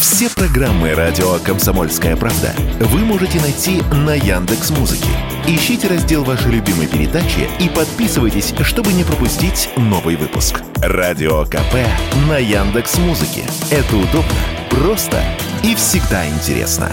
Все программы радио «Комсомольская правда» вы можете найти на Яндекс.Музыке. Ищите раздел вашей любимой передачи и подписывайтесь, чтобы не пропустить новый выпуск. Радио КП на Яндекс.Музыке. Это удобно, просто и всегда интересно.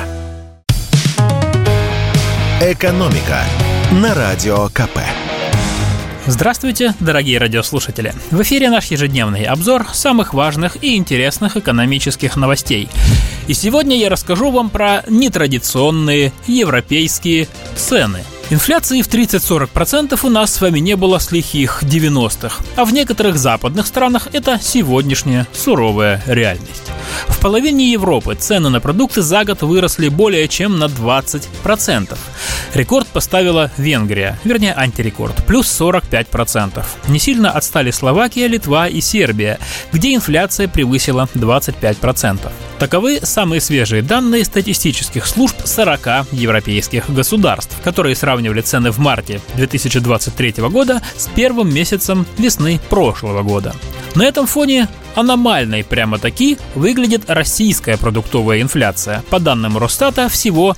«Экономика» на Радио КП. Здравствуйте, дорогие радиослушатели! В эфире наш ежедневный обзор самых важных и интересных экономических новостей. И сегодня я расскажу вам про нетрадиционные европейские цены. Инфляции в 30-40% у нас с вами не было с лихих 90-х, а в некоторых западных странах это сегодняшняя суровая реальность. В половине Европы цены на продукты за год выросли более чем на 20%. Рекорд поставила Венгрия, вернее антирекорд, плюс 45%. Не сильно отстали Словакия, Литва и Сербия, где инфляция превысила 25%. Таковы самые свежие данные статистических служб 40 европейских государств, которые сравнивали цены в марте 2023 года с первым месяцем весны прошлого года. На этом фоне аномальной прямо-таки выглядит российская продуктовая инфляция. По данным Росстата, всего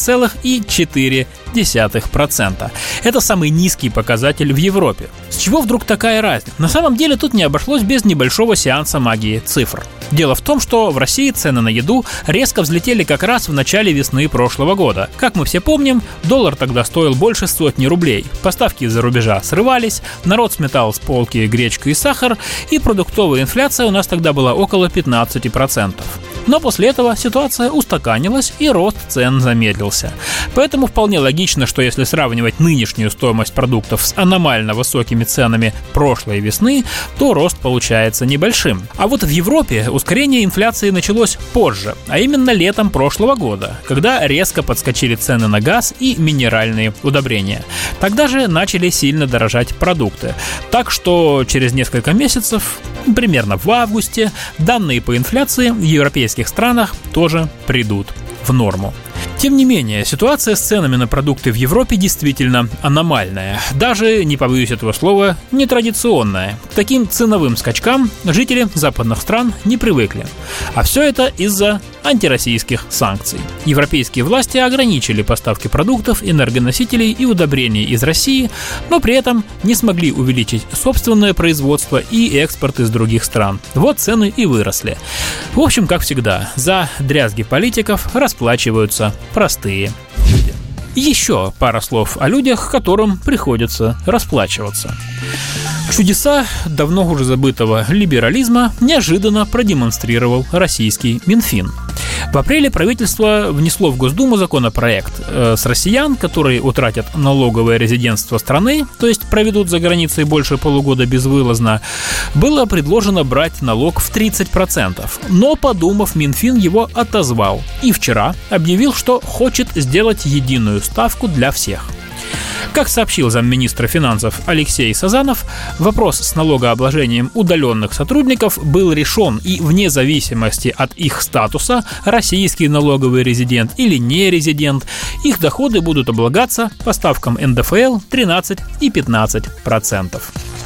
2,4%. Это самый низкий показатель в Европе. С чего вдруг такая разница? На самом деле тут не обошлось без небольшого сеанса магии цифр. Дело в том, что в России цены на еду резко взлетели как раз в начале весны прошлого года. Как мы все помним, доллар тогда стоил больше 100 рублей. Поставки из-за рубежа срывались, народ сметал с полки гречку и сахар, и продуктовая инфляция у нас тогда была около 15%. Но после этого ситуация устаканилась и рост цен замедлился. Поэтому вполне логично, что если сравнивать нынешнюю стоимость продуктов с аномально высокими ценами прошлой весны, то рост получается небольшим. А вот в Европе ускорение инфляции началось позже, а именно летом прошлого года, когда резко подскочили цены на газ и минеральные удобрения. Тогда же начали сильно дорожать продукты. Так что через несколько месяцев, примерно в августе, данные по инфляции в европейских странах тоже придут в норму. Тем не менее, ситуация с ценами на продукты в Европе действительно аномальная. Даже, не побоюсь этого слова, нетрадиционная. К таким ценовым скачкам жители западных стран не привыкли. А все это из-за антироссийских санкций. Европейские власти ограничили поставки продуктов, энергоносителей и удобрений из России, но при этом не смогли увеличить собственное производство и экспорт из других стран. Вот цены и выросли. В общем, как всегда, за дрязги политиков расплачиваются простые люди. Еще пара слов о людях, которым приходится расплачиваться. Чудеса давно уже забытого либерализма неожиданно продемонстрировал российский Минфин. В апреле правительство внесло в Госдуму законопроект. С россиян, которые утратят налоговое резидентство страны, то есть проведут за границей больше полугода безвылазно, было предложено брать налог в 30%. Но, подумав, Минфин его отозвал и вчера объявил, что хочет сделать единую ставку для всех. Как сообщил замминистра финансов Алексей Сазанов, вопрос с налогообложением удаленных сотрудников был решен, и вне зависимости от их статуса, российский налоговый резидент или нерезидент, их доходы будут облагаться по ставкам НДФЛ 13 и 15%.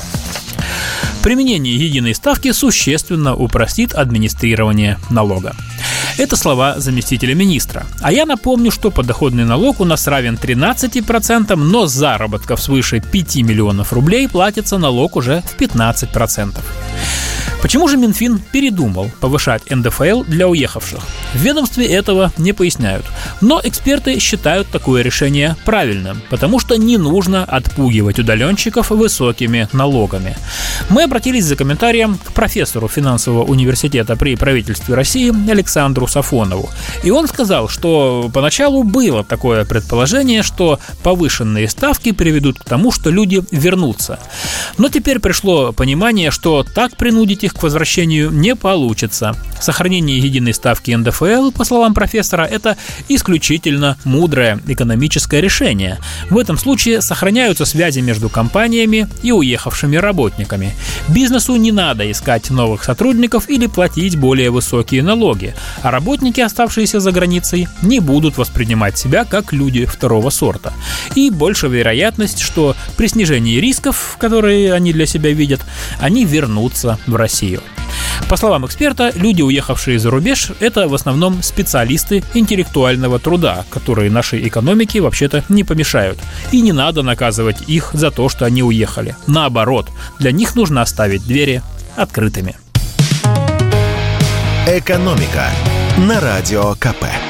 Применение единой ставки существенно упростит администрирование налога. Это слова заместителя министра. А я напомню, что подоходный налог у нас равен 13%, но с заработков свыше 5 миллионов рублей платится налог уже в 15%. Почему же Минфин передумал повышать НДФЛ для уехавших? В ведомстве этого не поясняют. Но эксперты считают такое решение правильным, потому что не нужно отпугивать удаленщиков высокими налогами. Мы обратились за комментарием к профессору финансового университета при правительстве России Александру Сафонову. И он сказал, что поначалу было такое предположение, что повышенные ставки приведут к тому, что люди вернутся. Но теперь пришло понимание, что так принудить их к возвращению не получится. Сохранение единой ставки НДФЛ, по словам профессора, это исключительно мудрое экономическое решение. В этом случае сохраняются связи между компаниями и уехавшими работниками. Бизнесу не надо искать новых сотрудников или платить более высокие налоги, а работники, оставшиеся за границей, не будут воспринимать себя как люди второго сорта. И больше вероятность, что при снижении рисков, которые они для себя видят, они вернутся в Россию. Россию. По словам эксперта, люди, уехавшие за рубеж, это в основном специалисты интеллектуального труда, которые нашей экономике вообще-то не помешают. И не надо наказывать их за то, что они уехали. Наоборот, для них нужно оставить двери открытыми. «Экономика» на Радио КП.